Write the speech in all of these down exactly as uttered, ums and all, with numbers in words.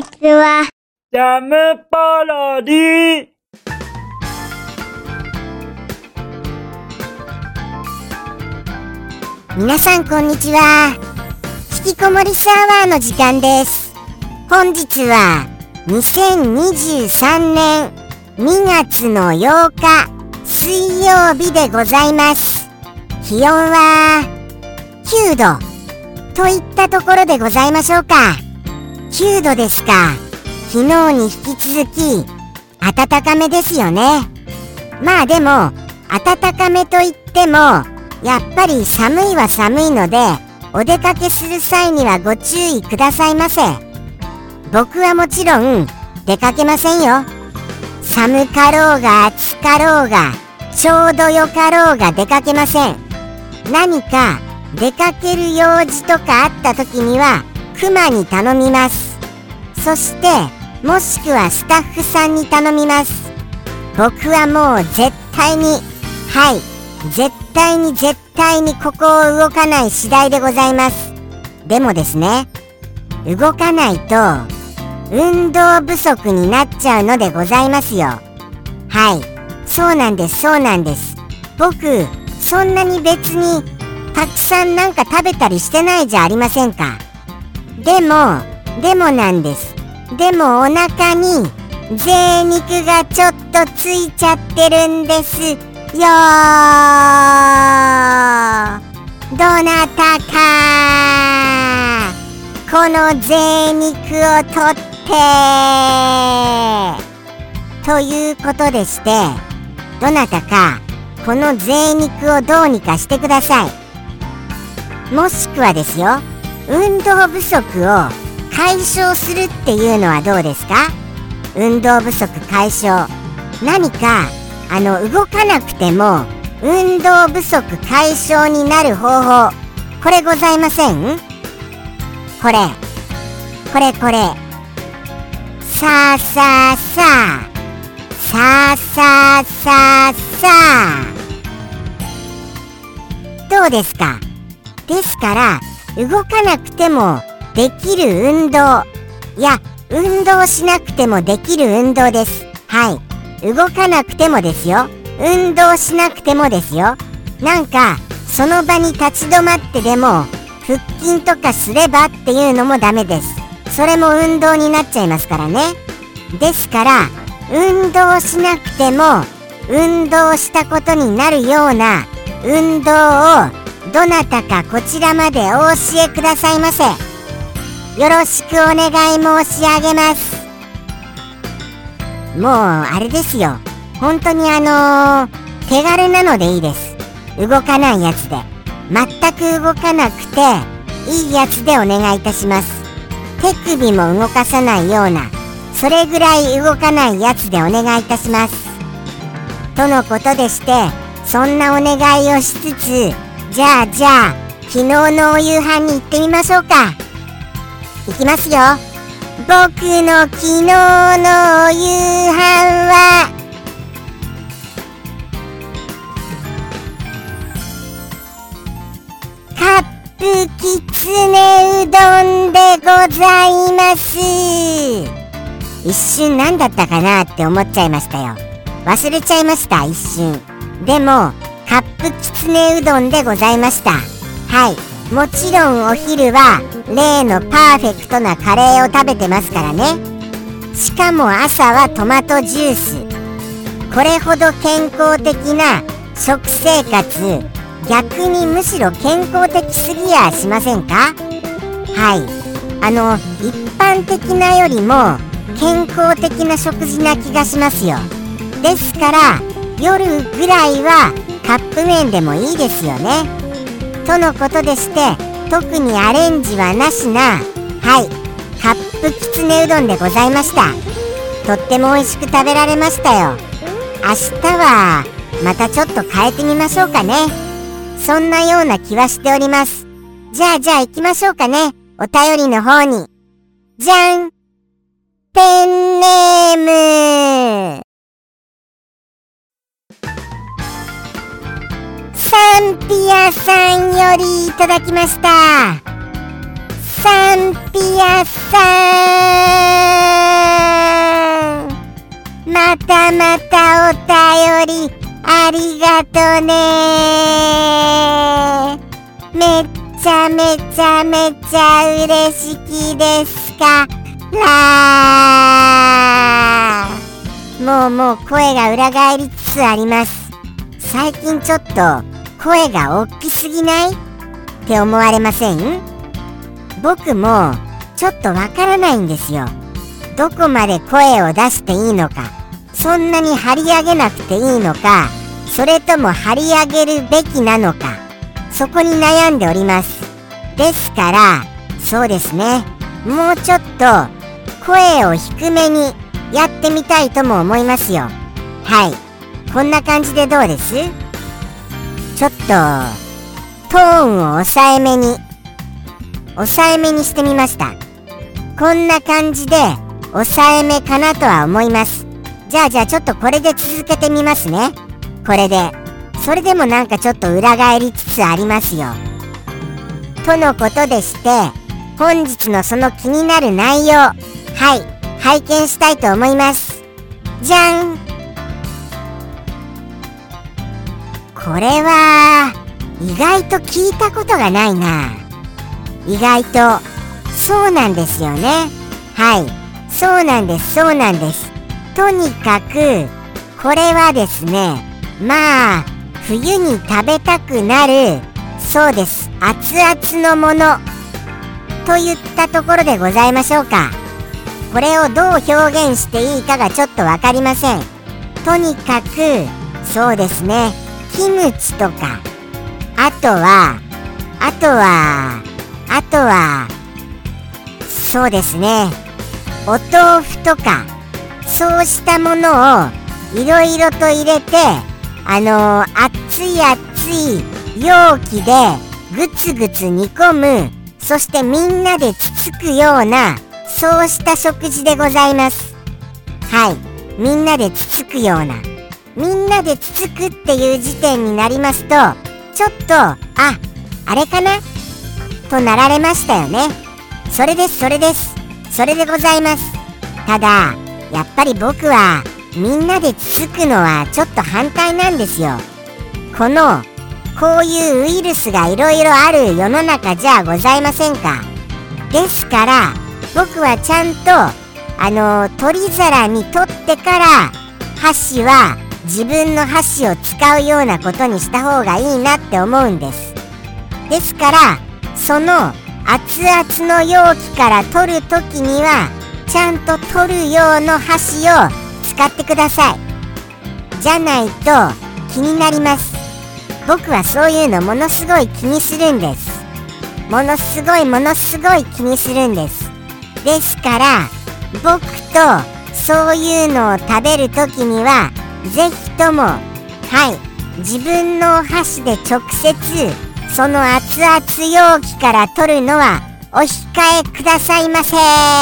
ちは。 ジャムパロディ。 皆さんこんにちは。引きこもりサワーの時間です。本日はにせんにじゅうさんねんにがつのようか水曜日でございます。気温はきゅうどといったところでございましょうか。きゅうどですか。昨日に引き続き暖かめですよね。まあでも暖かめといってもやっぱり寒いは寒いので、お出かけする際にはご注意くださいませ。僕はもちろん出かけませんよ。寒かろうが暑かろうがちょうどよかろうが出かけません。何か出かける用事とかあった時にはクマに頼みます。そしてもしくはスタッフさんに頼みます。僕はもう絶対にはい絶対に絶対にここを動かない次第でございます。でもですね、動かないと運動不足になっちゃうのでございますよ。はい、そうなんですそうなんです。僕そんなに別にたくさんなんか食べたりしてないじゃありませんか。でもでもなんです。でもお腹に贅肉がちょっとついちゃってるんですよー。どなたかこの贅肉を取ってということでして、どなたかこの贅肉をどうにかしてください。もしくはですよ、運動不足を解消するっていうのはどうですか。運動不足解消、何かあの動かなくても運動不足解消になる方法、これございません？これこれこれさあさあさあさあさあさあさあ、どうですか。ですから動かなくてもできる運動、いや運動しなくてもできる運動です。はい、動かなくてもですよ、運動しなくてもですよ。なんかその場に立ち止まってでも腹筋とかすればっていうのもダメです。それも運動になっちゃいますからね。ですから運動しなくても運動したことになるような運動をどなたかこちらまでお教えくださいませ。よろしくお願い申し上げます。もうあれですよ、本当にあのー、手軽なのでいいです。動かないやつで、全く動かなくていいやつでお願いいたします。手首も動かさないような、それぐらい動かないやつでお願いいたしますとのことでして、そんなお願いをしつつ、じゃあじゃあ昨日のお夕飯に行ってみましょうか。いきますよ。僕の昨日のお夕飯はカップきつねうどんでございます。一瞬何だったかなって思っちゃいましたよ。忘れちゃいました一瞬。でもカップきつねうどんでございました。はい、もちろんお昼は例のパーフェクトなカレーを食べてますからね。しかも朝はトマトジュース。これほど健康的な食生活、逆にむしろ健康的すぎやしませんか。はい、あの一般的なよりも健康的な食事な気がしますよ。ですから夜ぐらいはカップ麺でもいいですよねとのことでして、特にアレンジはなしな、はい、カップきつねうどんでございました。とっても美味しく食べられましたよ。明日はまたちょっと変えてみましょうかね。そんなような気はしております。じゃあじゃあ行きましょうかね、お便りの方に。じゃん、ペンネームサンピアさんよりいただきました。サンピアさんたまたお便りありがとね。めっちゃめちゃめちゃ嬉しきですからもうもう声が裏返りつつあります。最近ちょっと声が大きすぎないって思われません？僕もちょっとわからないんですよ。どこまで声を出していいのか、そんなに張り上げなくていいのか、それとも張り上げるべきなのか、そこに悩んでおります。ですからそうですね、もうちょっと声を低めにやってみたいとも思いますよ。はい、こんな感じでどうです？ちょっとトーンを抑えめに抑えめにしてみました。こんな感じで抑えめかなとは思います。じゃあじゃあちょっとこれで続けてみますね。これでそれでもなんかちょっと裏返りつつありますよ。とのことでして、本日のその気になる内容、はい、拝見したいと思います。じゃん。これは意外と聞いたことがないな。意外とそうなんですよね。はい、そうなんですそうなんです。とにかくこれはですね、まあ冬に食べたくなる、そうです、熱々のものといったところでございましょうか。これをどう表現していいかがちょっとわかりません。とにかくそうですね、キムチとか、あとはあとはあとはそうですね、お豆腐とか、そうしたものをいろいろと入れて、あのー、熱い熱い容器でぐつぐつ煮込む、そしてみんなでつつくような、そうした食事でございます。はい、みんなでつつくような、みんなでつつくっていう時点になりますと、ちょっとああれかなとなられましたよね。それですそれです、それでございます。ただやっぱり僕はみんなでつつくのはちょっと反対なんですよ。このこういうウイルスがいろいろある世の中じゃございませんか。ですから僕はちゃんとあの取り皿に取ってから箸は自分の箸を使うようなことにした方がいいなって思うんです。ですからその熱々の容器から取るときにはちゃんと取る用の箸を使ってください。じゃないと気になります。僕はそういうのものすごい気にするんです。ものすごいものすごい気にするんです。ですから僕とそういうのを食べるときにはぜひとも、はい、自分の箸で直接その熱々容器から取るのはお控えくださいませ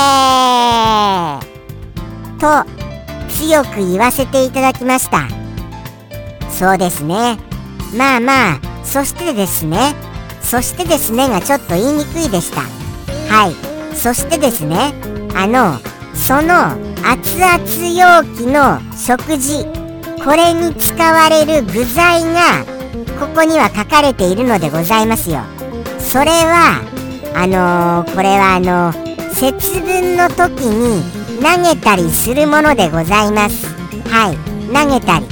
と強く言わせていただきました。そうですね、まあまあ、そしてですねそしてですねがちょっと言いにくいでした。はい、そしてですね、あのその熱々容器の食事、これに使われる具材がここには書かれているのでございますよ。それはあのー、これはあのー、節分の時に投げたりするものでございます。はい、投げたり、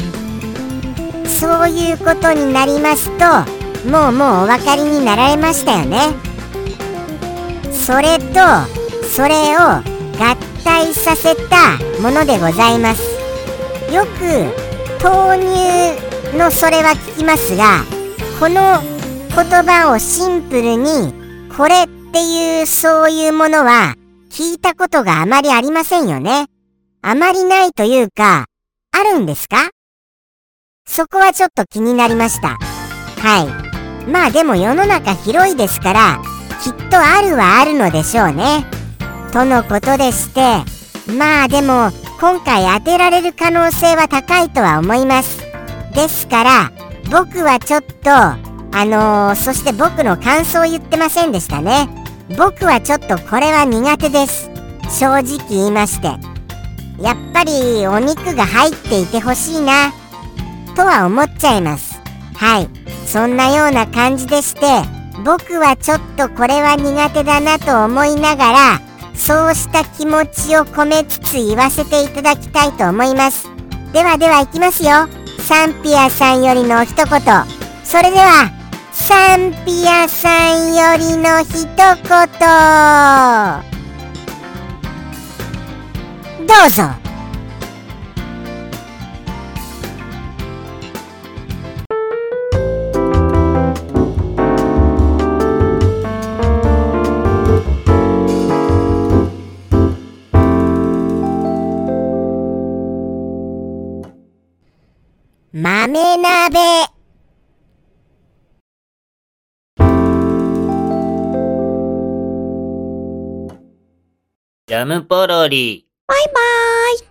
そういうことになりますと、もうもうお分かりになられましたよね。それとそれを合体させたものでございます。よく豆乳のそれは聞きますが、この言葉をシンプルにこれっていうそういうものは聞いたことがあまりありませんよね。あまりないというか、あるんですか？そこはちょっと気になりました。はい、まあでも世の中広いですからきっとあるはあるのでしょうねとのことでして、まあでも今回当てられる可能性は高いとは思います。ですから僕はちょっとあのー、そして僕の感想を言ってませんでしたね。僕はちょっとこれは苦手です、正直言いまして。 やっぱりお肉が入っていてほしいなとは思っちゃいます。はい、そんなような感じでして、僕はちょっとこれは苦手だなと思いながら、そうした気持ちを込めつつ言わせていただきたいと思います。ではではいきますよ。サンピアさんよりの一言。それではサンピアさんよりの一言、どうぞ。豆鍋。 ジャムポロリ。 バイバーイ。